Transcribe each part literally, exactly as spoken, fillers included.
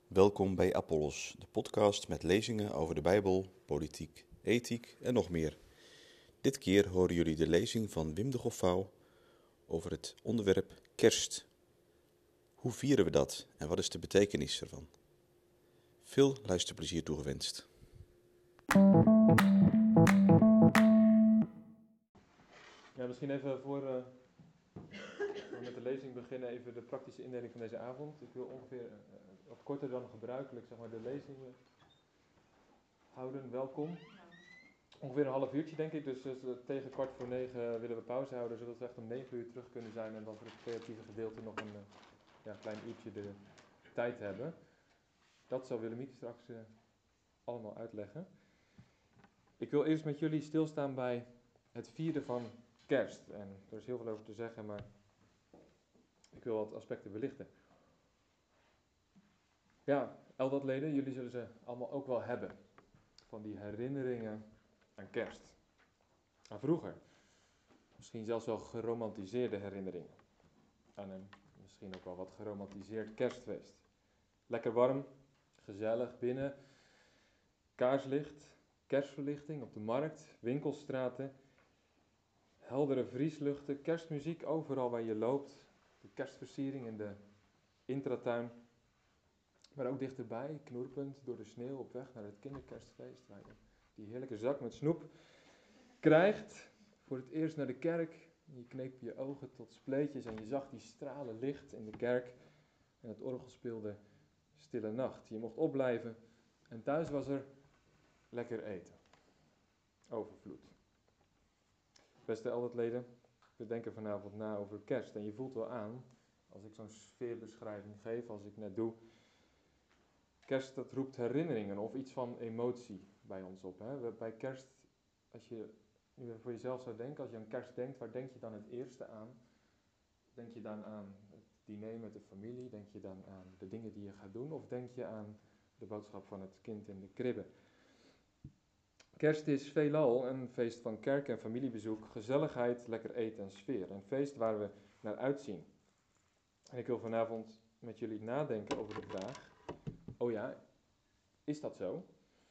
Welkom bij Apollos, de podcast met lezingen over de Bijbel, politiek, ethiek en nog meer. Dit keer horen jullie de lezing van Wim de Goffouw over het onderwerp kerst. Hoe vieren we dat en wat is de betekenis ervan? Veel luisterplezier toegewenst. Ja, misschien even voor uh, we met de lezing beginnen, even de praktische indeling van deze avond. Ik wil ongeveer uh, wat korter dan gebruikelijk zeg maar, de lezingen houden. Welkom. Ongeveer een half uurtje denk ik, dus, dus uh, tegen kwart voor negen willen we pauze houden, zodat we echt om negen uur terug kunnen zijn en dan voor het creatieve gedeelte nog een uh, ja, klein uurtje de tijd hebben. Dat zal Willemiek straks uh, allemaal uitleggen. Ik wil eerst met jullie stilstaan bij het vieren van kerst. En er is heel veel over te zeggen, maar ik wil wat aspecten belichten. Ja, Eldat-leden, jullie zullen ze allemaal ook wel hebben. Van die herinneringen aan kerst. Aan vroeger. Misschien zelfs wel geromantiseerde herinneringen. Aan een misschien ook wel wat geromantiseerd kerstfeest. Lekker warm, gezellig binnen. Kaarslicht, kerstverlichting op de markt, winkelstraten. Heldere vriesluchten, kerstmuziek overal waar je loopt. De kerstversiering in de intratuin. Maar ook dichterbij, knoerpunt door de sneeuw op weg naar het kinderkerstfeest. Waar je die heerlijke zak met snoep krijgt. Voor het eerst naar de kerk. Je kneep je ogen tot spleetjes en je zag die stralen licht in de kerk. En het orgel speelde Stille Nacht. Je mocht opblijven en thuis was er lekker eten. Overvloed. Beste Eldat-leden, we denken vanavond na over kerst. En je voelt wel aan, als ik zo'n sfeerbeschrijving geef, als ik net doe. Kerst, dat roept herinneringen of iets van emotie bij ons op. Hè? Bij kerst, als je nu voor jezelf zou denken, als je aan kerst denkt, waar denk je dan het eerste aan? Denk je dan aan het diner met de familie? Denk je dan aan de dingen die je gaat doen? Of denk je aan de boodschap van het kind in de kribbe? Kerst is veelal een feest van kerk- en familiebezoek, gezelligheid, lekker eten en sfeer. Een feest waar we naar uitzien. En ik wil vanavond met jullie nadenken over de vraag, oh ja, is dat zo?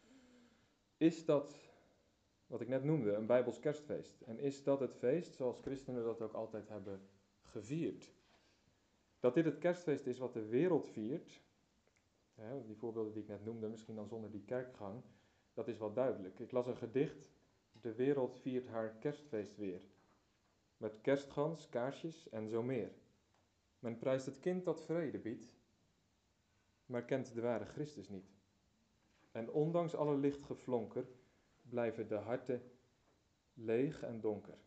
Is dat, wat ik net noemde, een Bijbels kerstfeest? En is dat het feest zoals christenen dat ook altijd hebben gevierd? Dat dit het kerstfeest is wat de wereld viert, hè, die voorbeelden die ik net noemde, misschien dan zonder die kerkgang, dat is wel duidelijk. Ik las een gedicht, de wereld viert haar kerstfeest weer. Met kerstgans, kaarsjes en zo meer. Men prijst het kind dat vrede biedt, maar kent de ware Christus niet. En ondanks alle lichtgeflonker blijven de harten leeg en donker.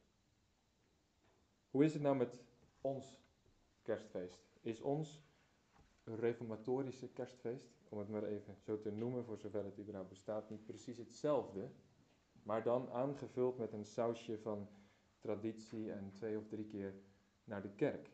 Hoe is het nou met ons kerstfeest? Is ons een reformatorische kerstfeest, om het maar even zo te noemen, voor zover het überhaupt bestaat, niet precies hetzelfde, maar dan aangevuld met een sausje van traditie en twee of drie keer naar de kerk?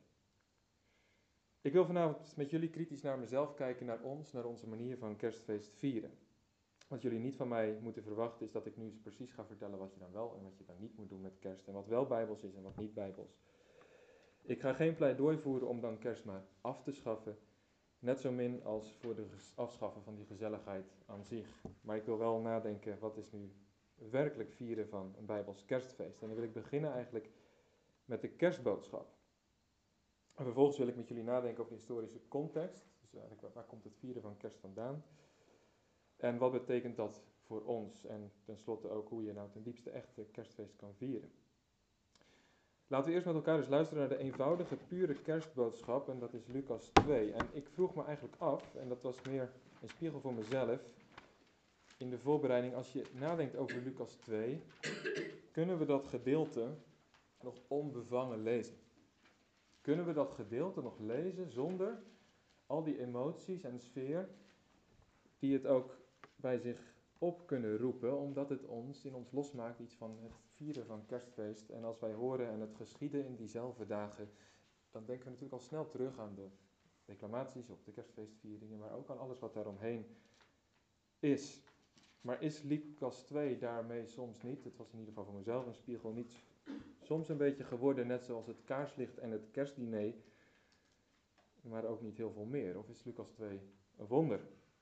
Ik wil vanavond met jullie kritisch naar mezelf kijken, naar ons, naar onze manier van kerstfeest vieren. Wat jullie niet van mij moeten verwachten is dat ik nu eens precies ga vertellen wat je dan wel en wat je dan niet moet doen met kerst. En wat wel bijbels is en wat niet bijbels. Ik ga geen pleidooi voeren om dan kerst maar af te schaffen. Net zo min als voor het afschaffen van die gezelligheid aan zich. Maar ik wil wel nadenken, wat is nu werkelijk vieren van een bijbels kerstfeest? En dan wil ik beginnen eigenlijk met de kerstboodschap. En vervolgens wil ik met jullie nadenken over de historische context. Dus eigenlijk waar, waar komt het vieren van kerst vandaan? En wat betekent dat voor ons? En tenslotte ook hoe je nou ten diepste echt een kerstfeest kan vieren. Laten we eerst met elkaar eens luisteren naar de eenvoudige, pure kerstboodschap. En dat is Lucas twee. En ik vroeg me eigenlijk af, en dat was meer een spiegel voor mezelf, in de voorbereiding, als je nadenkt over Lucas twee, kunnen we dat gedeelte nog onbevangen lezen? Kunnen we dat gedeelte nog lezen zonder al die emoties en sfeer die het ook bij zich op kunnen roepen, omdat het ons in ons losmaakt iets van het vieren van kerstfeest. En als wij horen en het geschieden in diezelfde dagen, dan denken we natuurlijk al snel terug aan de reclamaties of de kerstfeestvieringen, maar ook aan alles wat daaromheen is. Maar is Lucas twee daarmee soms niet, het was in ieder geval voor mezelf een spiegel, niet soms een beetje geworden, net zoals het kaarslicht en het kerstdiner, maar ook niet heel veel meer? Of is Lucas twee een wonder?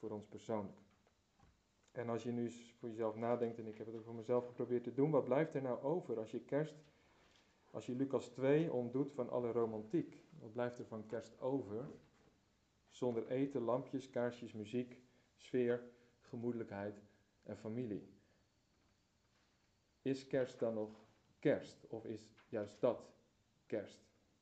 voor ons persoonlijk. En als je nu eens voor jezelf nadenkt, en ik heb het ook voor mezelf geprobeerd te doen, wat blijft er nou over als je kerst, als je Lucas twee ontdoet van alle romantiek? Wat blijft er van kerst over? Zonder eten, lampjes, kaarsjes, muziek, sfeer, gemoedelijkheid en familie. Is kerst dan nog kerst? Of is juist dat kerst?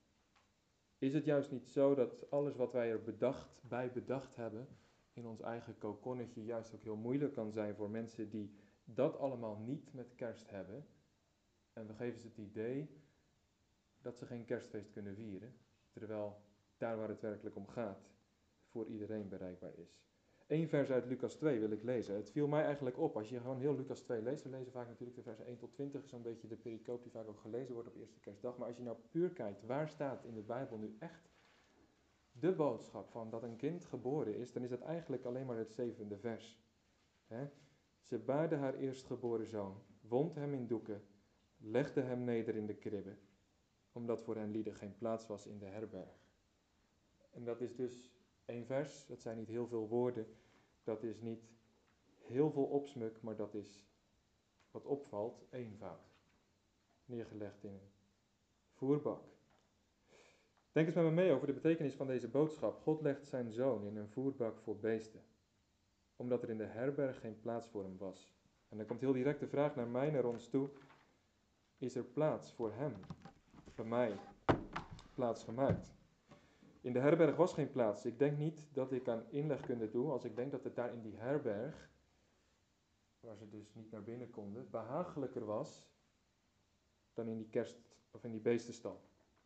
Is het juist niet zo dat alles wat wij er bedacht, bij bedacht hebben, in ons eigen kokonnetje juist ook heel moeilijk kan zijn voor mensen die dat allemaal niet met kerst hebben? En we geven ze het idee dat ze geen kerstfeest kunnen vieren, terwijl daar waar het werkelijk om gaat, voor iedereen bereikbaar is. Eén vers uit Lucas twee wil ik lezen. Het viel mij eigenlijk op, als je gewoon heel Lucas twee leest, we lezen vaak natuurlijk de versen één tot twintig, zo'n beetje de pericoop die vaak ook gelezen wordt op eerste kerstdag. Maar als je nou puur kijkt, waar staat in de Bijbel nu echt de boodschap van dat een kind geboren is, dan is het eigenlijk alleen maar het zevende vers. He? Ze baarde haar eerstgeboren zoon, wond hem in doeken, legde hem neder in de kribbe, omdat voor hen lieden geen plaats was in de herberg. En dat is dus één vers, dat zijn niet heel veel woorden, dat is niet heel veel opsmuk, maar dat is wat opvalt, eenvoud. Neergelegd in een voerbak. Denk eens met me mee over de betekenis van deze boodschap. God legt zijn zoon in een voerbak voor beesten, omdat er in de herberg geen plaats voor hem was. En dan komt heel direct de vraag naar mij, naar ons toe, is er plaats voor hem? Bij mij plaats gemaakt. In de herberg was geen plaats. Ik denk niet dat ik aan inlegkunde doe als ik denk dat het daar in die herberg, waar ze dus niet naar binnen konden, behagelijker was dan in die kerst of in die beestenstal.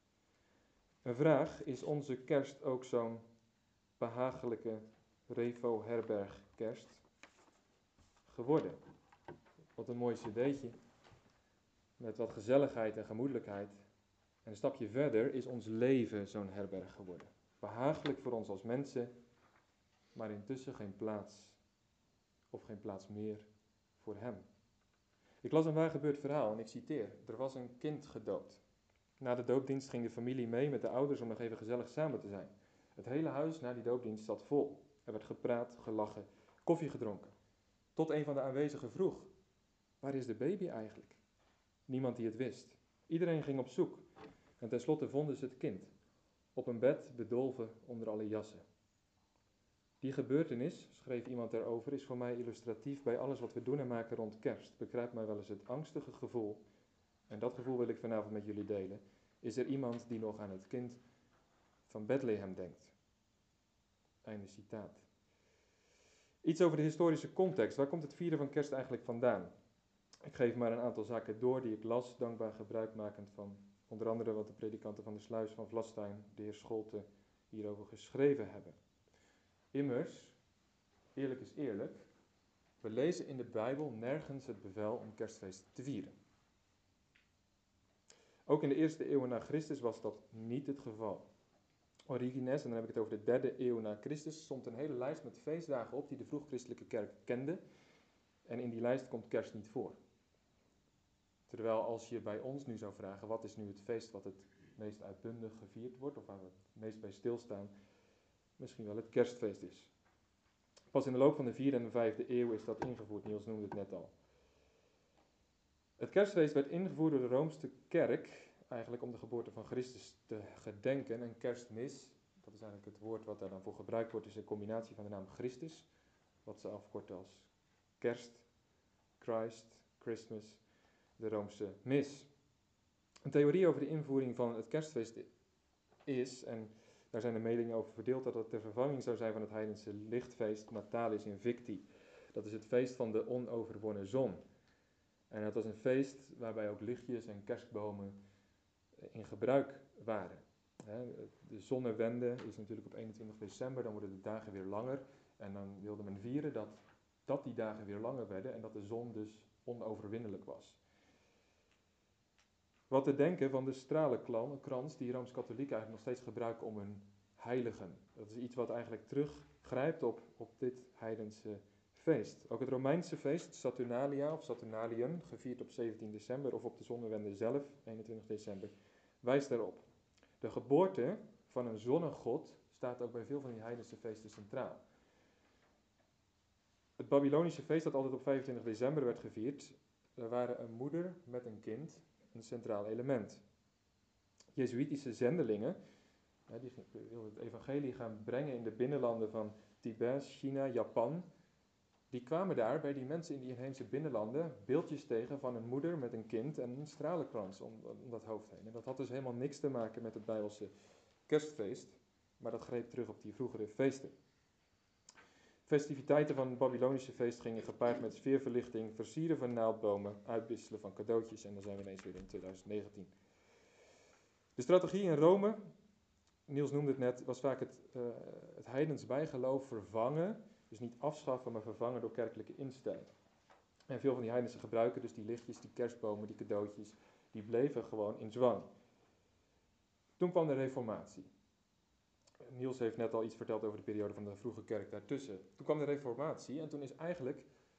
Een vraag, is onze kerst ook zo'n behagelijke Revo-herberg kerst geworden? Wat een mooi cd'tje met wat gezelligheid en gemoedelijkheid. En een stapje verder is ons leven zo'n herberg geworden. Behagelijk voor ons als mensen, maar intussen geen plaats of geen plaats meer voor hem. Ik las een waar gebeurd verhaal en ik citeer: er was een kind gedoopt. Na de doopdienst ging de familie mee met de ouders om nog even gezellig samen te zijn. Het hele huis na die doopdienst zat vol. Er werd gepraat, gelachen, koffie gedronken. Tot een van de aanwezigen vroeg: waar is de baby eigenlijk? Niemand die het wist. Iedereen ging op zoek. En tenslotte vonden ze het kind. Op een bed, bedolven onder alle jassen. Die gebeurtenis, schreef iemand erover, is voor mij illustratief bij alles wat we doen en maken rond kerst. Begrijp mij wel eens het angstige gevoel, en dat gevoel wil ik vanavond met jullie delen. Is er iemand die nog aan het kind van Bethlehem denkt? Einde citaat. Iets over de historische context. Waar komt het vieren van kerst eigenlijk vandaan? Ik geef maar een aantal zaken door die ik las, dankbaar gebruikmakend van onder andere wat de predikanten van de Sluis van Vlastein, de heer Scholte, hierover geschreven hebben. Immers, eerlijk is eerlijk, we lezen in de Bijbel nergens het bevel om kerstfeest te vieren. Ook in de eerste eeuw na Christus was dat niet het geval. Origenes, en dan heb ik het over de derde eeuw na Christus, stond een hele lijst met feestdagen op die de vroeg-christelijke kerk kende. En in die lijst komt kerst niet voor. Terwijl als je bij ons nu zou vragen, wat is nu het feest wat het meest uitbundig gevierd wordt, of waar we het meest bij stilstaan, misschien wel het kerstfeest is. Pas in de loop van de vierde en de vijfde eeuw is dat ingevoerd, Niels noemde het net al. Het kerstfeest werd ingevoerd door de Roomse kerk, eigenlijk om de geboorte van Christus te gedenken. En kerstmis, dat is eigenlijk het woord wat daar dan voor gebruikt wordt, is een combinatie van de naam Christus, wat ze afkorten als kerst, Christ, Christmas, de Roomse mis. Een theorie over de invoering van het kerstfeest is, en daar zijn de meningen over verdeeld, dat het de vervanging zou zijn van het heidense lichtfeest Natalis Invicti. Dat is het feest van de onoverwonnen zon. En dat was een feest waarbij ook lichtjes en kerstbomen in gebruik waren. De zonnewende is natuurlijk op eenentwintig december, dan worden de dagen weer langer. En dan wilde men vieren dat, dat die dagen weer langer werden en dat de zon dus onoverwinnelijk was. Wat te denken van de stralenkrans die Rooms-Katholieken eigenlijk nog steeds gebruiken om hun heiligen. Dat is iets wat eigenlijk teruggrijpt op, op dit heidense feest. Ook het Romeinse feest, Saturnalia of Saturnalium, gevierd op zeventien december of op de zonnewende zelf, eenentwintig december, wijst daarop. De geboorte van een zonnegod staat ook bij veel van die heidense feesten centraal. Het Babylonische feest dat altijd op vijfentwintig december werd gevierd, daar waren een moeder met een kind een centraal element. Jezuïtische zendelingen, die wilden het evangelie gaan brengen in de binnenlanden van Tibet, China, Japan. Die kwamen daar bij die mensen in die inheemse binnenlanden beeldjes tegen van een moeder met een kind en een stralenkrans om, om dat hoofd heen. En dat had dus helemaal niks te maken met het Bijbelse kerstfeest, maar dat greep terug op die vroegere feesten. Festiviteiten van het Babylonische feest gingen gepaard met sfeerverlichting, versieren van naaldbomen, uitwisselen van cadeautjes en dan zijn we ineens weer in twintig negentien. De strategie in Rome, Niels noemde het net, was vaak het, uh, het heidens bijgeloof vervangen, dus niet afschaffen, maar vervangen door kerkelijke instellingen. En veel van die heidense gebruiken, dus die lichtjes, die kerstbomen, die cadeautjes, die bleven gewoon in zwang. Toen kwam de Reformatie. Niels heeft net al iets verteld over de periode van de vroege kerk daartussen. Toen kwam de Reformatie en toen is eigenlijk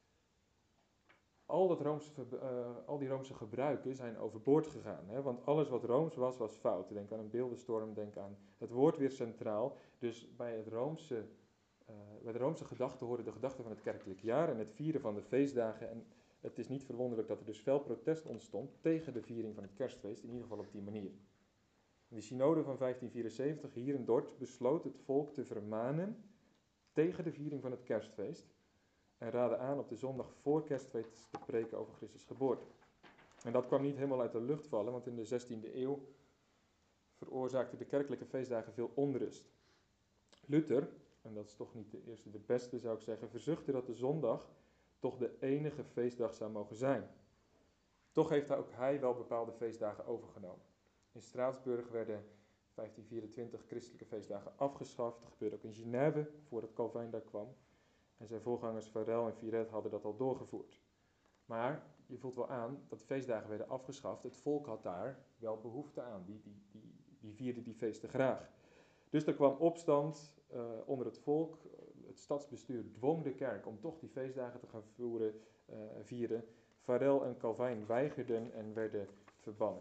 al, dat Roomse, uh, al die Roomse gebruiken zijn overboord gegaan. Hè? Want alles wat Rooms was, was fout. Denk aan een beeldenstorm, denk aan het woord weer centraal. Dus bij, het Roomse, uh, bij de Roomse gedachte horen de gedachten van het kerkelijk jaar en het vieren van de feestdagen. En het is niet verwonderlijk dat er dus fel protest ontstond tegen de viering van het kerstfeest, in ieder geval op die manier. De synode van vijftien vierenzeventig hier in Dort besloot het volk te vermanen tegen de viering van het kerstfeest en raadde aan op de zondag voor kerstfeest te preken over Christus geboorte. En dat kwam niet helemaal uit de lucht vallen, want in de zestiende eeuw veroorzaakten de kerkelijke feestdagen veel onrust. Luther, en dat is toch niet de eerste de beste zou ik zeggen, verzuchtte dat de zondag toch de enige feestdag zou mogen zijn. Toch heeft ook hij wel bepaalde feestdagen overgenomen. In Straatsburg werden vijftien vierentwintig christelijke feestdagen afgeschaft. Dat gebeurde ook in Genève, voordat Calvijn daar kwam. En zijn voorgangers Varel en Viret hadden dat al doorgevoerd. Maar je voelt wel aan dat de feestdagen werden afgeschaft. Het volk had daar wel behoefte aan. Die, die, die, die vierde die feesten graag. Dus er kwam opstand uh, onder het volk. Het stadsbestuur dwong de kerk om toch die feestdagen te gaan voeren, uh, vieren. Varel en Calvijn weigerden en werden verbannen.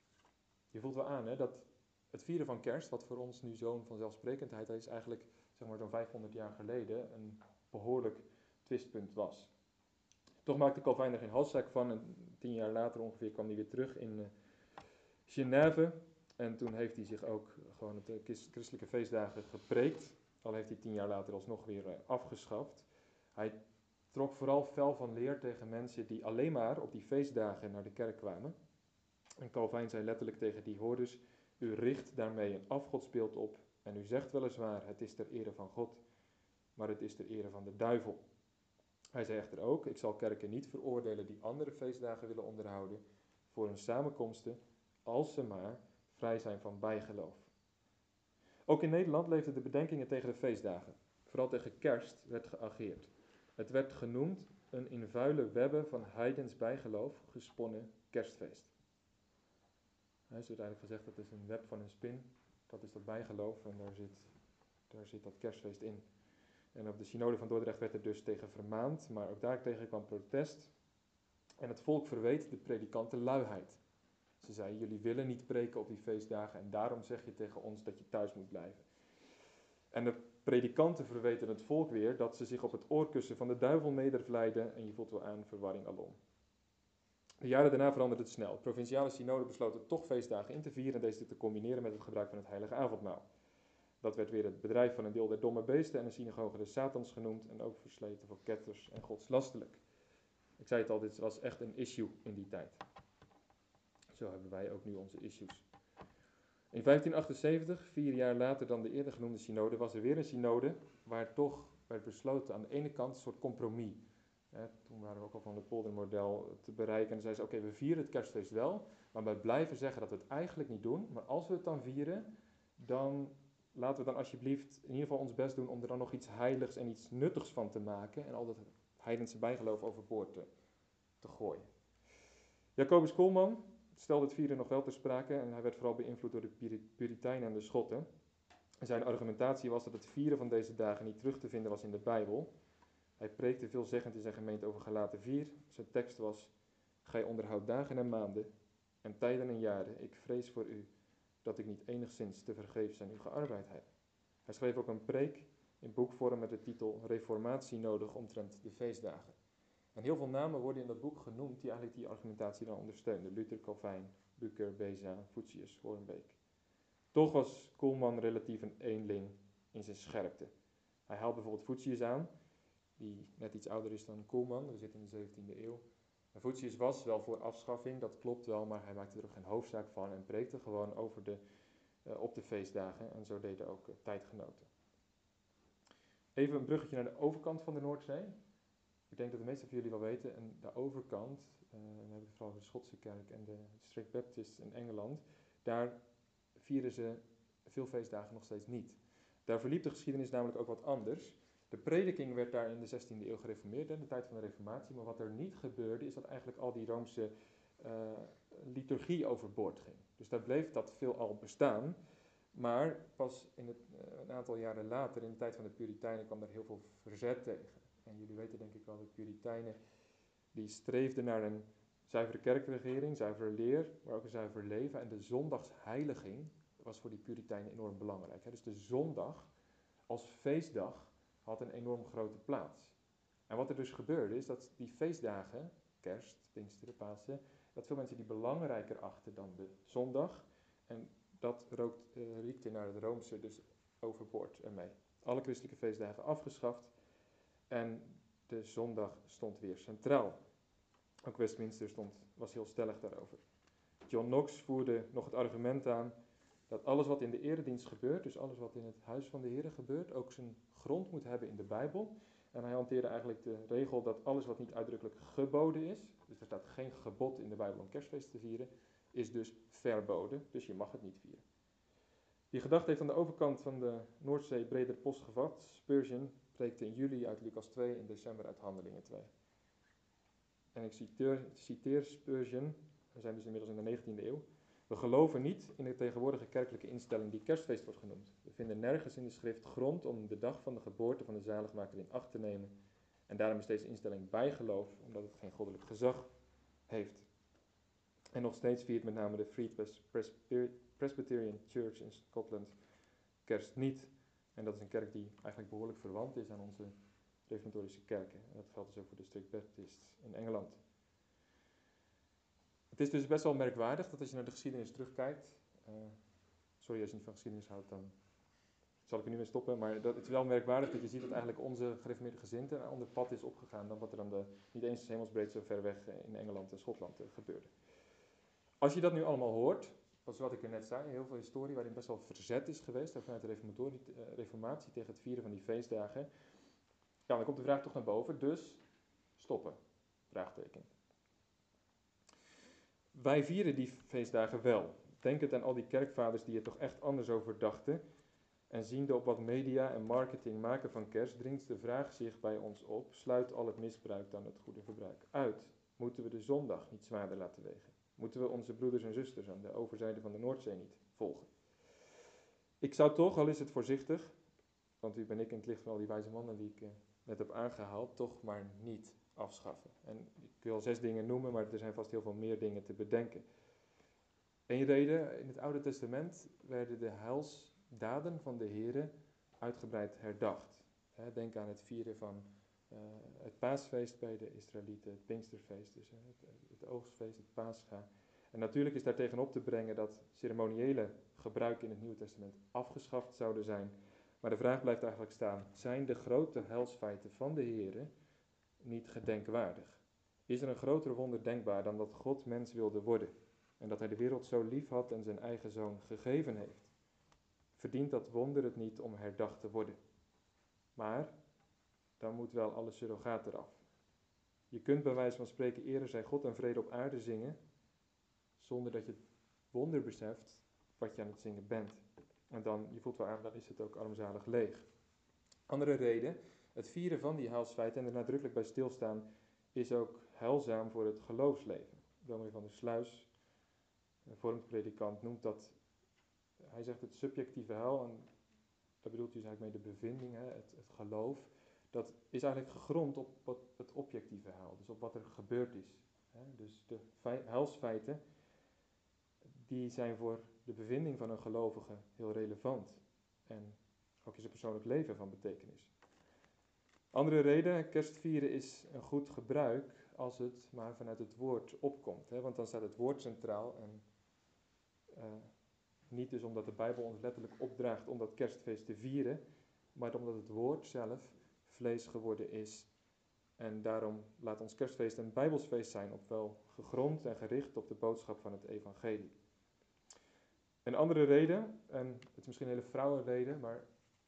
Je voelt wel aan hè, dat het vieren van kerst, wat voor ons nu zo'n vanzelfsprekendheid is, eigenlijk zeg maar zo'n vijfhonderd jaar geleden een behoorlijk twistpunt was. Toch maakte Calvijn er geen halszaak van en tien jaar later ongeveer kwam hij weer terug in uh, Genève. En toen heeft hij zich ook gewoon het uh, christelijke feestdagen gepreekt, al heeft hij tien jaar later alsnog weer uh, afgeschaft. Hij trok vooral fel van leer tegen mensen die alleen maar op die feestdagen naar de kerk kwamen. En Calvijn zei letterlijk tegen die hoorders, u richt daarmee een afgodsbeeld op en u zegt weliswaar, het is ter ere van God, maar het is ter ere van de duivel. Hij zei echter ook, ik zal kerken niet veroordelen die andere feestdagen willen onderhouden voor hun samenkomsten, als ze maar vrij zijn van bijgeloof. Ook in Nederland leefden de bedenkingen tegen de feestdagen. Vooral tegen kerst werd geageerd. Het werd genoemd een in vuile webben van heidens bijgeloof gesponnen kerstfeest. Hij is uiteindelijk gezegd dat is een web van een spin, dat is dat bijgeloof en daar zit, daar zit dat kerstfeest in. En op de synode van Dordrecht werd er dus tegen vermaand, maar ook daartegen kwam protest. En het volk verweet de predikanten luiheid. Ze zeiden, jullie willen niet preken op die feestdagen en daarom zeg je tegen ons dat je thuis moet blijven. En de predikanten verweten het volk weer dat ze zich op het oorkussen van de duivel nedervleiden en je voelt wel aan verwarring alom. De jaren daarna veranderde het snel. De provinciale synode besloten toch feestdagen in te vieren en deze te combineren met het gebruik van het heilige avondmaal. Dat werd weer het bedrijf van een deel der domme beesten en een synagoge des Satans genoemd en ook versleten voor ketters en godslastelijk. Ik zei het al, dit was echt een issue in die tijd. Zo hebben wij ook nu onze issues. In vijftien achtenzeventig, vier jaar later dan de eerder genoemde synode, was er weer een synode waar toch werd besloten aan de ene kant een soort compromis. Hè, toen waren we ook al van het poldermodel te bereiken en zeiden ze, oké, okay, we vieren het kerstfeest wel, maar wij blijven zeggen dat we het eigenlijk niet doen, maar als we het dan vieren, dan laten we dan alsjeblieft in ieder geval ons best doen om er dan nog iets heiligs en iets nuttigs van te maken en al dat heidense bijgeloof overboord te, te gooien. Jacobus Koolman stelde het vieren nog wel ter sprake en hij werd vooral beïnvloed door de Puritijnen en de Schotten. En zijn argumentatie was dat het vieren van deze dagen niet terug te vinden was in de Bijbel. Hij preekte veelzeggend in zijn gemeente over Galaten vier. Zijn tekst was, gij onderhoudt dagen en maanden en tijden en jaren. Ik vrees voor u dat ik niet enigszins te vergeefs aan u gearbeid heb. Hij schreef ook een preek in boekvorm met de titel Reformatie nodig omtrent de feestdagen. En heel veel namen worden in dat boek genoemd die eigenlijk die argumentatie dan ondersteunen. Luther, Calvijn, Bucer, Beza, Voetius, Hoornbeek. Toch was Kuhlman relatief een eenling in zijn scherpte. Hij haalt bijvoorbeeld Voetius aan, die net iets ouder is dan Kuhlman, we zitten in de zeventiende eeuw. En Voetius was wel voor afschaffing, dat klopt wel, maar hij maakte er ook geen hoofdzaak van en preekte gewoon over de, uh, op de feestdagen. En zo deden ook uh, tijdgenoten. Even een bruggetje naar de overkant van de Noordzee. Ik denk dat de meesten van jullie wel weten, en de overkant, uh, dan heb ik het vooral over de Schotse kerk en de Strict Baptists in Engeland, daar vieren ze veel feestdagen nog steeds niet. Daar verliep de geschiedenis namelijk ook wat anders. De prediking werd daar in de zestiende eeuw gereformeerd, in de tijd van de reformatie, maar wat er niet gebeurde is dat eigenlijk al die Roomse uh, liturgie overboord ging. Dus daar bleef dat veelal bestaan, maar pas in het, uh, een aantal jaren later, in de tijd van de Puritijnen, kwam daar heel veel verzet tegen. En jullie weten denk ik wel, de Puritijnen die streefden naar een zuivere kerkregering, zuivere leer, maar ook een zuiver leven. En de zondagsheiliging was voor die Puritijnen enorm belangrijk. Hè. Dus de zondag als feestdag had een enorm grote plaats. En wat er dus gebeurde is dat die feestdagen, kerst, Pinksteren, Pasen, dat veel mensen die belangrijker achten dan de zondag. En dat rookt, uh, riekte naar het Roomse dus overboord ermee. Alle christelijke feestdagen afgeschaft en de zondag stond weer centraal. Ook Westminster stond, was heel stellig daarover. John Knox voerde nog het argument aan dat alles wat in de eredienst gebeurt, dus alles wat in het huis van de Heer gebeurt, ook zijn grond moet hebben in de Bijbel. En hij hanteerde eigenlijk de regel dat alles wat niet uitdrukkelijk geboden is, dus er staat geen gebod in de Bijbel om kerstfeest te vieren, is dus verboden, dus je mag het niet vieren. Die gedachte heeft aan de overkant van de Noordzee breder post gevat. Spurgeon preekte in juli uit Lucas twee, in december uit Handelingen twee. En ik citeer, citeer Spurgeon, we zijn dus inmiddels in de negentiende eeuw. We geloven niet in de tegenwoordige kerkelijke instelling die kerstfeest wordt genoemd. We vinden nergens in de schrift grond om de dag van de geboorte van de zaligmaker in acht te nemen. En daarom is deze instelling bijgeloof, omdat het geen goddelijk gezag heeft. En nog steeds viert met name de Free Presbyterian Church in Scotland kerst niet. En dat is een kerk die eigenlijk behoorlijk verwant is aan onze reformatorische kerken. En dat geldt dus ook voor de Strict Baptists in Engeland. Het is dus best wel merkwaardig dat als je naar de geschiedenis terugkijkt, uh, sorry als je niet van geschiedenis houdt, dan zal ik er nu mee stoppen, maar dat, het is wel merkwaardig dat je ziet dat eigenlijk onze gereformeerde gezindte een ander pad is opgegaan dan wat er dan de, niet eens hemelsbreed zo ver weg in Engeland en Schotland uh, gebeurde. Als je dat nu allemaal hoort, zoals wat ik er net zei, heel veel historie waarin best wel verzet is geweest, ook vanuit de uh, reformatie tegen het vieren van die feestdagen, ja, dan komt de vraag toch naar boven, dus stoppen, vraagteken. Wij vieren die feestdagen wel. Denkend aan al die kerkvaders die er toch echt anders over dachten. En ziende op wat media en marketing maken van kerst, dringt de vraag zich bij ons op. Sluit al het misbruik dan het goede verbruik uit? Moeten we de zondag niet zwaarder laten wegen? Moeten we onze broeders en zusters aan de overzijde van de Noordzee niet volgen? Ik zou toch, al is het voorzichtig, want u ben ik in het licht van al die wijze mannen die ik uh, net heb aangehaald, toch maar niet afschaffen. En ik wil zes dingen noemen, maar er zijn vast heel veel meer dingen te bedenken. Eén reden, in het Oude Testament werden de heilsdaden van de Here uitgebreid herdacht. He, denk aan het vieren van uh, het paasfeest bij de Israëlieten, het Pinksterfeest, dus uh, het, het oogstfeest, het Pascha. En natuurlijk is daar tegenop te brengen dat ceremoniële gebruiken in het Nieuwe Testament afgeschaft zouden zijn. Maar de vraag blijft eigenlijk staan, zijn de grote heilsfeiten van de Here niet gedenkwaardig? Is er een groter wonder denkbaar dan dat God mens wilde worden en dat hij de wereld zo lief had en zijn eigen zoon gegeven heeft? Verdient dat wonder het niet om herdacht te worden? Maar dan moet wel alle surrogaat eraf. Je kunt bij wijze van spreken ere zij God en vrede op aarde zingen, zonder dat je het wonder beseft wat je aan het zingen bent. En dan, je voelt wel aan, dan is het ook armzalig leeg. Andere reden, het vieren van die heilsfeiten en er nadrukkelijk bij stilstaan, is ook heilzaam voor het geloofsleven. Dominee van der Sluis, een vormdpredikant, noemt dat, hij zegt het subjectieve heil, en daar bedoelt hij dus eigenlijk mee de bevinding, hè, het, het geloof, dat is eigenlijk gegrond op wat, het objectieve heil, dus op wat er gebeurd is. Hè. Dus de fei- heilsfeiten, die zijn voor de bevinding van een gelovige heel relevant. En ook in zijn persoonlijk leven van betekenis. Andere reden, kerstvieren is een goed gebruik als het maar vanuit het woord opkomt. Hè? Want dan staat het woord centraal en uh, niet dus omdat de Bijbel ons letterlijk opdraagt om dat kerstfeest te vieren, maar omdat het woord zelf vlees geworden is. En daarom laat ons kerstfeest een Bijbelsfeest zijn, ofwel gegrond en gericht op de boodschap van het evangelie. Een andere reden, en het is misschien een hele vrouwenreden, maar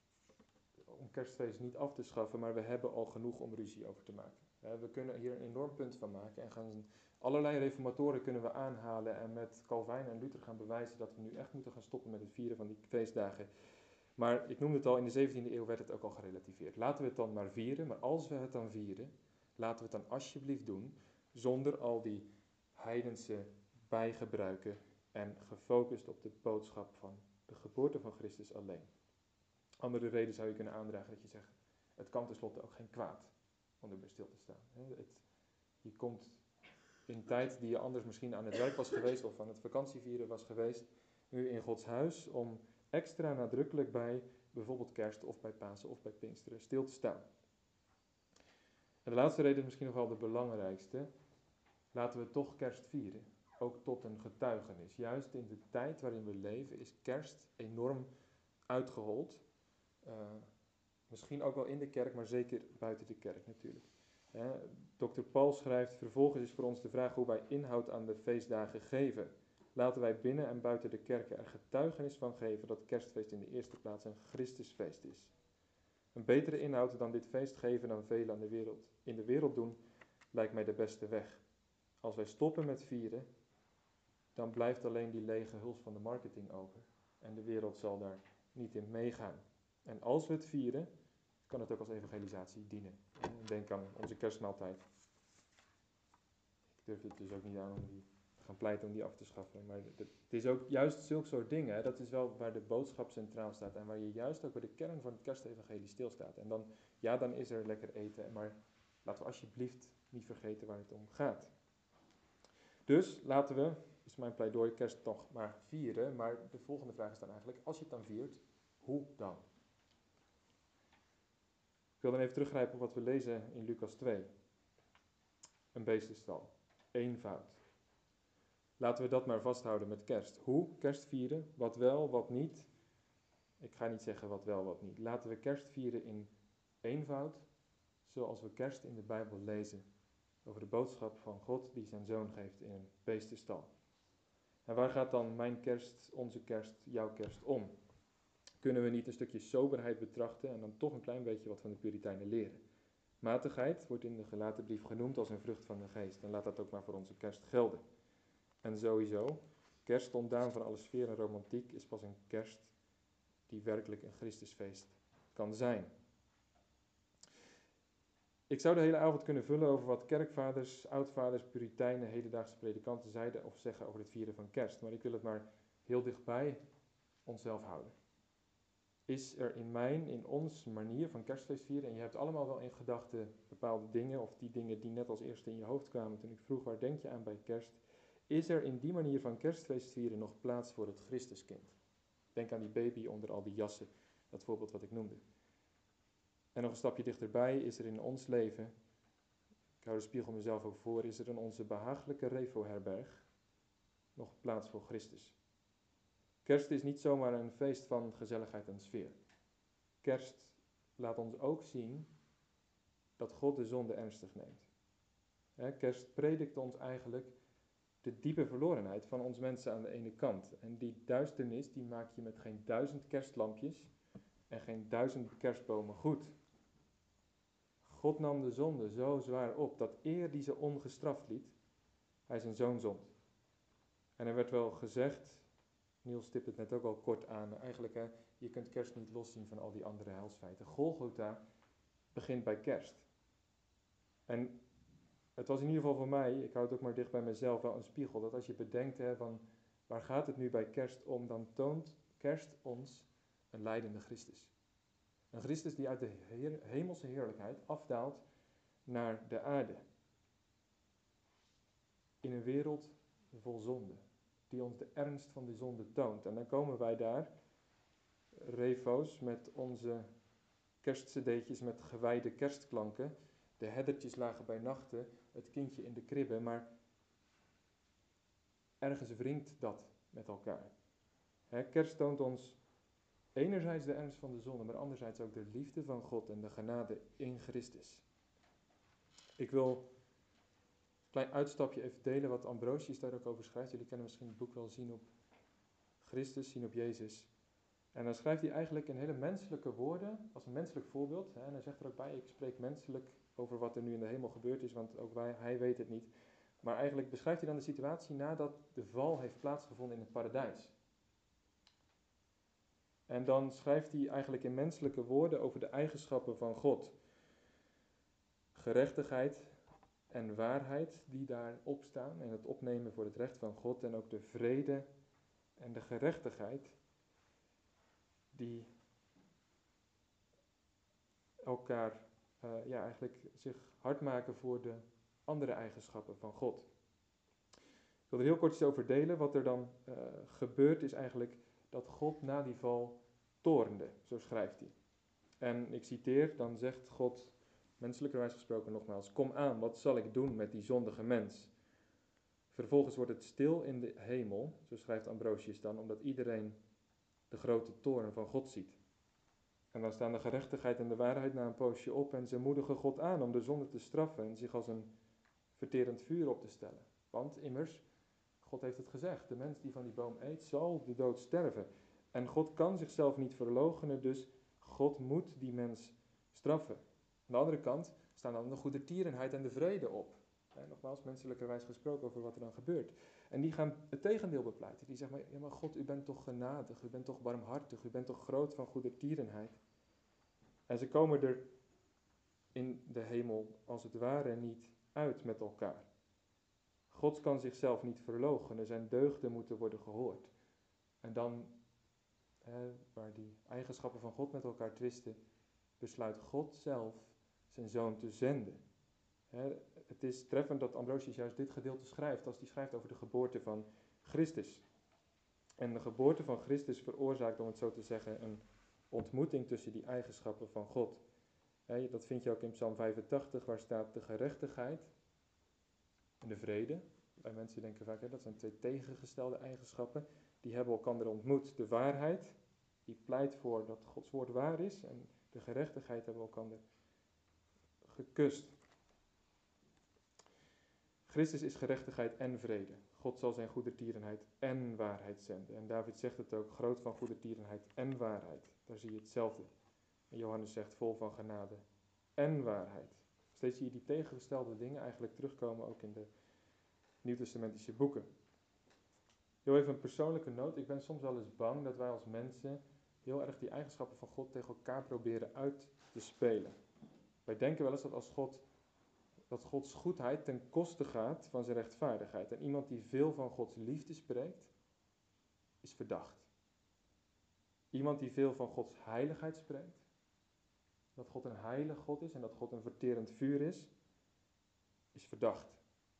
om kerstfeest niet af te schaffen, maar we hebben al genoeg om ruzie over te maken. We kunnen hier een enorm punt van maken en gaan allerlei reformatoren kunnen we aanhalen en met Calvijn en Luther gaan bewijzen dat we nu echt moeten gaan stoppen met het vieren van die feestdagen. Maar ik noemde het al, in de zeventiende eeuw werd het ook al gerelativeerd. Laten we het dan maar vieren, maar als we het dan vieren, laten we het dan alsjeblieft doen zonder al die heidense bijgebruiken en gefocust op de boodschap van de geboorte van Christus alleen. Andere reden zou je kunnen aandragen dat je zegt, het kan tenslotte ook geen kwaad om erbij stil te staan. Het, je komt in tijd die je anders misschien aan het werk was geweest of aan het vakantievieren was geweest, nu in Gods huis om extra nadrukkelijk bij bijvoorbeeld kerst of bij Pasen of bij Pinksteren stil te staan. En de laatste reden is misschien nog wel de belangrijkste. Laten we toch kerst vieren, ook tot een getuigenis. Juist in de tijd waarin we leven is kerst enorm uitgehold. Uh, misschien ook wel in de kerk, maar zeker buiten de kerk natuurlijk. Uh, dokter Paul schrijft, vervolgens is voor ons de vraag hoe wij inhoud aan de feestdagen geven. Laten wij binnen en buiten de kerken er getuigenis van geven dat kerstfeest in de eerste plaats een Christusfeest is. Een betere inhoud dan dit feest geven dan velen aan de wereld, in de wereld doen, lijkt mij de beste weg. Als wij stoppen met vieren, dan blijft alleen die lege huls van de marketing over. En de wereld zal daar niet in meegaan. En als we het vieren, kan het ook als evangelisatie dienen. Denk aan onze kerstmaaltijd. Ik durf het dus ook niet aan om die te gaan pleiten om die af te schaffen. Maar het is ook juist zulke soort dingen. Hè, dat is wel waar de boodschap centraal staat. En waar je juist ook bij de kern van het kerstevangelie stilstaat. En dan, ja, dan is er lekker eten. Maar laten we alsjeblieft niet vergeten waar het om gaat. Dus laten we, is mijn pleidooi, kerst toch maar vieren. Maar de volgende vraag is dan eigenlijk, als je het dan viert, hoe dan? Ik wil dan even teruggrijpen op wat we lezen in Lucas twee. Een beestenstal. Eenvoud. Laten we dat maar vasthouden met kerst. Hoe kerst vieren? Wat wel, wat niet? Ik ga niet zeggen wat wel, wat niet. Laten we kerst vieren in eenvoud, zoals we kerst in de Bijbel lezen. Over de boodschap van God die zijn zoon geeft in een beestenstal. En waar gaat dan mijn kerst, onze kerst, jouw kerst om? Kunnen we niet een stukje soberheid betrachten en dan toch een klein beetje wat van de Puritijnen leren? Matigheid wordt in de Galatenbrief genoemd als een vrucht van de geest. En laat dat ook maar voor onze kerst gelden. En sowieso, kerst ontdaan van alle sfeer en romantiek is pas een kerst die werkelijk een Christusfeest kan zijn. Ik zou de hele avond kunnen vullen over wat kerkvaders, oudvaders, Puritijnen, hedendaagse predikanten zeiden of zeggen over het vieren van kerst. Maar ik wil het maar heel dichtbij onszelf houden. Is er in mijn, in ons manier van kerstfeest vieren, en je hebt allemaal wel in gedachten bepaalde dingen, of die dingen die net als eerste in je hoofd kwamen toen ik vroeg waar denk je aan bij kerst, is er in die manier van kerstfeest vieren nog plaats voor het Christuskind? Denk aan die baby onder al die jassen, dat voorbeeld wat ik noemde. En nog een stapje dichterbij, is er in ons leven, ik hou de spiegel mezelf ook voor, is er in onze behagelijke Revo-herberg nog plaats voor Christus? Kerst is niet zomaar een feest van gezelligheid en sfeer. Kerst laat ons ook zien dat God de zonde ernstig neemt. He, kerst predikt ons eigenlijk de diepe verlorenheid van ons mensen aan de ene kant. En die duisternis die maak je met geen duizend kerstlampjes en geen duizend kerstbomen goed. God nam de zonde zo zwaar op dat eer die ze ongestraft liet, hij zijn zoon zond. En er werd wel gezegd, Niels stipt het net ook al kort aan, eigenlijk hè, je kunt kerst niet loszien van al die andere heilsfeiten. Golgotha begint bij kerst. En het was in ieder geval voor mij, ik hou het ook maar dicht bij mezelf, wel een spiegel, dat als je bedenkt hè, van waar gaat het nu bij kerst om, dan toont kerst ons een lijdende Christus. Een Christus die uit de heer, hemelse heerlijkheid afdaalt naar de aarde. In een wereld vol zonde. Die ons de ernst van de zonde toont. En dan komen wij daar, refo's met onze kerstcd'tjes met gewijde kerstklanken. De herdertjes lagen bij nachten, het kindje in de kribbe, maar ergens wringt dat met elkaar. Hè, kerst toont ons enerzijds de ernst van de zonde, maar anderzijds ook de liefde van God en de genade in Christus. Ik wil een klein uitstapje even delen wat Ambrosius daar ook over schrijft. Jullie kennen misschien het boek wel Zien op Christus, Zien op Jezus. En dan schrijft hij eigenlijk in hele menselijke woorden, als een menselijk voorbeeld. Hè, en hij zegt er ook bij, ik spreek menselijk over wat er nu in de hemel gebeurd is, want ook wij, hij weet het niet. Maar eigenlijk beschrijft hij dan de situatie nadat de val heeft plaatsgevonden in het paradijs. En dan schrijft hij eigenlijk in menselijke woorden over de eigenschappen van God. Gerechtigheid en waarheid die daarop staan en het opnemen voor het recht van God en ook de vrede en de gerechtigheid die elkaar uh, ja, eigenlijk zich hard maken voor de andere eigenschappen van God. Ik wil er heel kort iets over delen. Wat er dan uh, gebeurt is eigenlijk dat God na die val toornde, zo schrijft hij. En ik citeer, dan zegt God, menselijkerwijs gesproken nogmaals, kom aan, wat zal ik doen met die zondige mens? Vervolgens wordt het stil in de hemel, zo schrijft Ambrosius dan, omdat iedereen de grote toorn van God ziet. En dan staan de gerechtigheid en de waarheid na een poosje op en ze moedigen God aan om de zonde te straffen en zich als een verterend vuur op te stellen. Want immers, God heeft het gezegd, de mens die van die boom eet zal de dood sterven. En God kan zichzelf niet verloochenen, dus God moet die mens straffen. Aan de andere kant staan dan de goedertierenheid en de vrede op. Ja, nogmaals, menselijkerwijs gesproken over wat er dan gebeurt. En die gaan het tegendeel bepleiten. Die zeggen, maar, ja, maar God, u bent toch genadig, u bent toch barmhartig, u bent toch groot van goedertierenheid. En ze komen er in de hemel als het ware niet uit met elkaar. God kan zichzelf niet verloochenen, zijn deugden moeten worden gehoord. En dan, hè, waar die eigenschappen van God met elkaar twisten, besluit God zelf zijn zoon te zenden. Hè, het is treffend dat Ambrosius juist dit gedeelte schrijft, als hij schrijft over de geboorte van Christus. En de geboorte van Christus veroorzaakt, om het zo te zeggen, een ontmoeting tussen die eigenschappen van God. Hè, dat vind je ook in Psalm vijfentachtig, waar staat de gerechtigheid en de vrede. Wij mensen denken vaak, hè, dat zijn twee tegengestelde eigenschappen. Die hebben elkaar ontmoet. De waarheid, die pleit voor dat Gods woord waar is. En de gerechtigheid hebben elkaar gekust. Christus is gerechtigheid en vrede. God zal zijn goedertierenheid en waarheid zenden. En David zegt het ook, groot van goedertierenheid en waarheid. Daar zie je hetzelfde. En Johannes zegt vol van genade en waarheid. Steeds zie je die tegengestelde dingen eigenlijk terugkomen ook in de Nieuwtestamentische boeken. Heel even een persoonlijke noot. Ik ben soms wel eens bang dat wij als mensen heel erg die eigenschappen van God tegen elkaar proberen uit te spelen. Wij denken wel eens dat als God, dat Gods goedheid ten koste gaat van zijn rechtvaardigheid. En iemand die veel van Gods liefde spreekt, is verdacht. Iemand die veel van Gods heiligheid spreekt, dat God een heilig God is en dat God een verterend vuur is, is verdacht.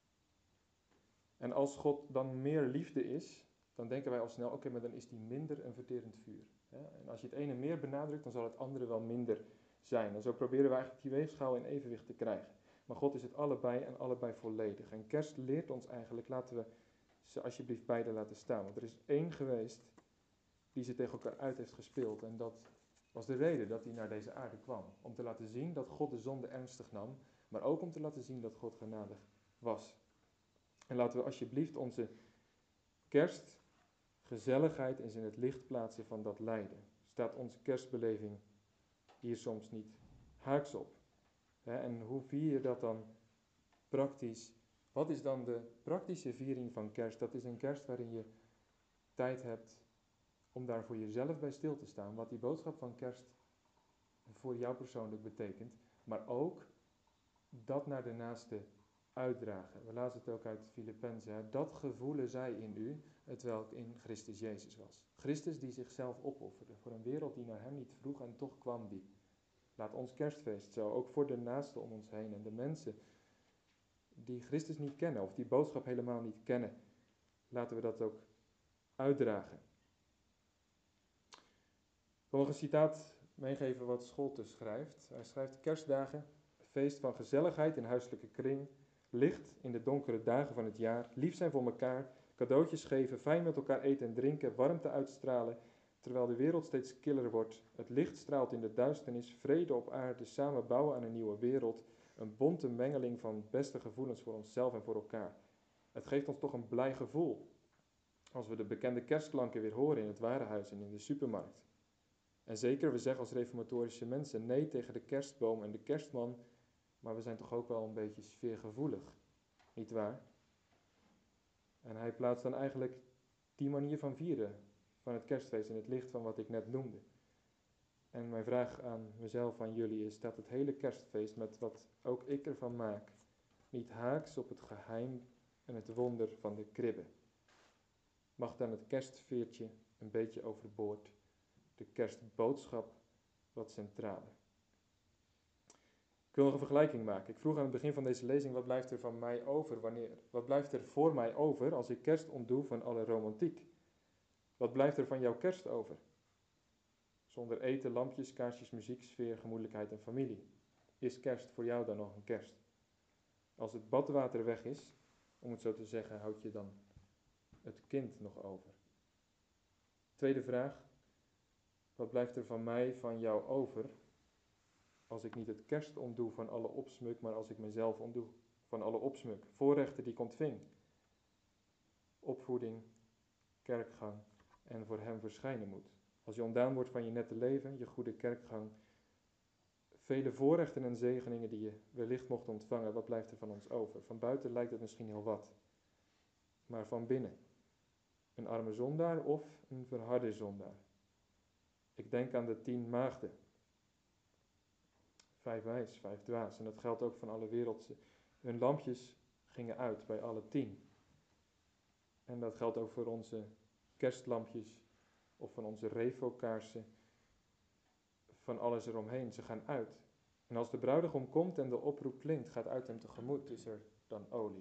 En als God dan meer liefde is, dan denken wij al snel, oké, okay, maar dan is die minder een verterend vuur. En als je het ene meer benadrukt, dan zal het andere wel minder zijn. En zo proberen we eigenlijk die weegschaal in evenwicht te krijgen. Maar God is het allebei en allebei volledig. En kerst leert ons eigenlijk, laten we ze alsjeblieft beide laten staan. Want er is één geweest die ze tegen elkaar uit heeft gespeeld. En dat was de reden dat hij naar deze aarde kwam. Om te laten zien dat God de zonde ernstig nam, maar ook om te laten zien dat God genadig was. En laten we alsjeblieft onze kerst, gezelligheid eens in het licht plaatsen van dat lijden. Staat onze kerstbeleving hier soms niet haaks op? Hè, en hoe vier je dat dan praktisch? Wat is dan de praktische viering van kerst? Dat is een kerst waarin je tijd hebt om daar voor jezelf bij stil te staan. Wat die boodschap van kerst voor jou persoonlijk betekent. Maar ook dat naar de naaste uitdragen. We lazen het ook uit Filippenzen. Dat gevoelen zij in u, hetwelk in Christus Jezus was. Christus die zichzelf opofferde voor een wereld die naar hem niet vroeg en toch kwam die. Laat ons kerstfeest zo, ook voor de naasten om ons heen en de mensen die Christus niet kennen of die boodschap helemaal niet kennen, laten we dat ook uitdragen. Ik wil nog een citaat meegeven wat Scholte schrijft. Hij schrijft: kerstdagen, een feest van gezelligheid in huiselijke kring, licht in de donkere dagen van het jaar, lief zijn voor elkaar, cadeautjes geven, fijn met elkaar eten en drinken, warmte uitstralen, terwijl de wereld steeds killer wordt. Het licht straalt in de duisternis, vrede op aarde, samen bouwen aan een nieuwe wereld, een bonte mengeling van beste gevoelens voor onszelf en voor elkaar. Het geeft ons toch een blij gevoel als we de bekende kerstklanken weer horen in het warenhuis en in de supermarkt. En zeker, we zeggen als reformatorische mensen nee tegen de kerstboom en de kerstman, maar we zijn toch ook wel een beetje sfeergevoelig, niet waar? En hij plaatst dan eigenlijk die manier van vieren van het kerstfeest in het licht van wat ik net noemde. En mijn vraag aan mezelf, aan jullie, is: dat het hele kerstfeest met wat ook ik ervan maak, niet haaks op het geheim en het wonder van de kribbe? Mag dan het kerstveertje een beetje overboord, de kerstboodschap wat centraler? Ik wil nog een vergelijking maken. Ik vroeg aan het begin van deze lezing: wat blijft er van mij over wanneer, wat blijft er voor mij over als ik kerst ontdoe van alle romantiek? Wat blijft er van jouw kerst over? Zonder eten, lampjes, kaarsjes, muziek, sfeer, gemoedelijkheid en familie. Is kerst voor jou dan nog een kerst? Als het badwater weg is, om het zo te zeggen, houd je dan het kind nog over? Tweede vraag: wat blijft er van mij, van jou over, als ik niet het kerst ontdoe van alle opsmuk, maar als ik mezelf ontdoe van alle opsmuk, voorrechten die ik ontving, opvoeding, kerkgang en voor hem verschijnen moet? Als je ontdaan wordt van je nette leven, je goede kerkgang, vele voorrechten en zegeningen die je wellicht mocht ontvangen, wat blijft er van ons over? Van buiten lijkt het misschien heel wat, maar van binnen, een arme zondaar of een verharde zondaar? Ik denk aan de tien maagden. Vijf wijs, vijf dwaas. En dat geldt ook van alle wereldse. Hun lampjes gingen uit bij alle tien. En dat geldt ook voor onze kerstlampjes of van onze refokaarsen. Van alles eromheen. Ze gaan uit. En als de bruidegom komt en de oproep klinkt, gaat uit hem tegemoet, is er dan olie.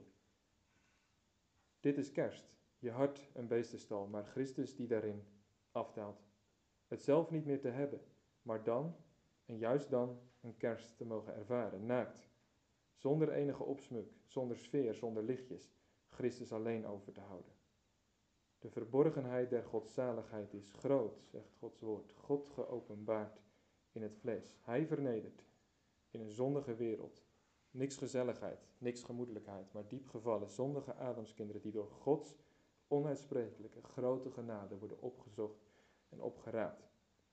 Dit is kerst. Je hart een beestenstal, maar Christus die daarin afdaalt. Het zelf niet meer te hebben, maar dan, en juist dan, een kerst te mogen ervaren, naakt. Zonder enige opsmuk, zonder sfeer, zonder lichtjes, Christus alleen over te houden. De verborgenheid der godzaligheid is groot, zegt Gods woord. God geopenbaard in het vlees. Hij vernedert in een zondige wereld. Niks gezelligheid, niks gemoedelijkheid, maar diep gevallen, zondige Adamskinderen die door Gods onuitsprekelijke grote genade worden opgezocht en opgeraapt.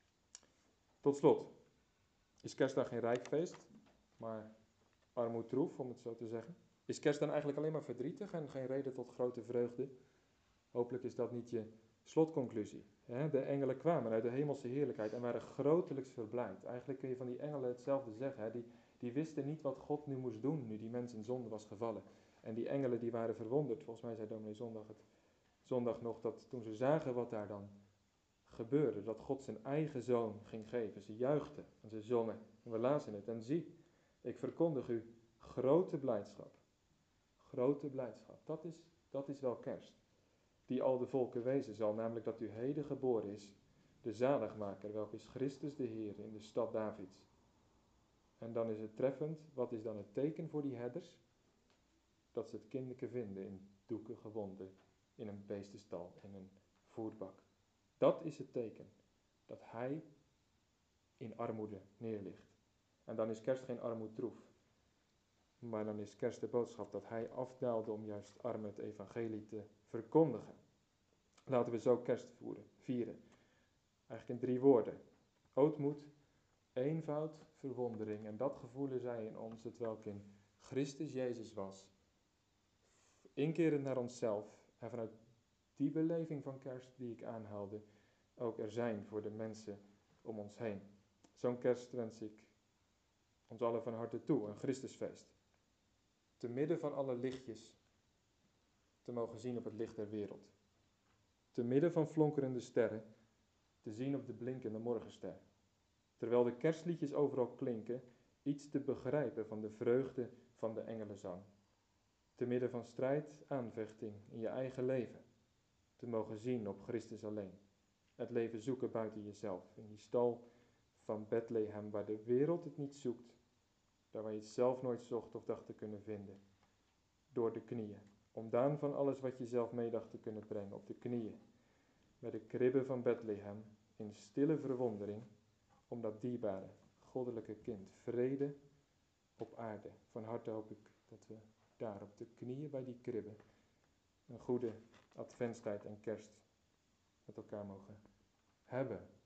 Tot slot, is kerstdag geen rijk feest, maar armoedtroef, om het zo te zeggen? Is kerst dan eigenlijk alleen maar verdrietig en geen reden tot grote vreugde? Hopelijk is dat niet je slotconclusie. De engelen kwamen uit de hemelse heerlijkheid en waren grotelijks verblijd. Eigenlijk kun je van die engelen hetzelfde zeggen. Die, die wisten niet wat God nu moest doen, nu die mens in zonde was gevallen. En die engelen die waren verwonderd. Volgens mij zei dominee Zondag het zondag nog, dat toen ze zagen wat daar dan gebeurde, dat God zijn eigen zoon ging geven. Ze juichten en ze zongen. En we lazen het. En zie, ik verkondig u grote blijdschap. Grote blijdschap. Dat is, dat is wel kerst. Die al de volken wezen zal, namelijk dat u heden geboren is, de zaligmaker, welke is Christus de Heer in de stad Davids. En dan is het treffend, wat is dan het teken voor die herders? Dat ze het kindeke vinden in doeken gewonden, in een beestenstal, in een voerbak. Dat is het teken, dat hij in armoede neerligt. En dan is kerst geen armoedtroef, maar dan is kerst de boodschap dat hij afdaalde om juist armen het evangelie te verkondigen. Laten we zo kerst voeren, vieren. Eigenlijk in drie woorden. Ootmoed, eenvoud, verwondering. En dat gevoelen zij in ons, het welk in Christus Jezus was. Inkerend naar onszelf. En vanuit die beleving van kerst die ik aanhaalde, ook er zijn voor de mensen om ons heen. Zo'n kerst wens ik ons allen van harte toe, een Christusfeest. Te midden van alle lichtjes te mogen zien op het licht der wereld. Te midden van flonkerende sterren te zien op de blinkende morgenster. Terwijl de kerstliedjes overal klinken, iets te begrijpen van de vreugde van de engelenzang. Te midden van strijd, aanvechting in je eigen leven, te mogen zien op Christus alleen. het leven zoeken buiten jezelf. In die stal van Bethlehem, waar de wereld het niet zoekt. Daar waar je het zelf nooit zocht of dacht te kunnen vinden. Door de knieën. Ontdaan van alles wat je zelf mee dacht te kunnen brengen. Op de knieën. Bij de kribbe van Bethlehem. In stille verwondering. Om dat dierbare, goddelijke kind. Vrede op aarde. Van harte hoop ik dat we daar op de knieën bij die kribbe een goede adventstijd en kerst met elkaar mogen hebben.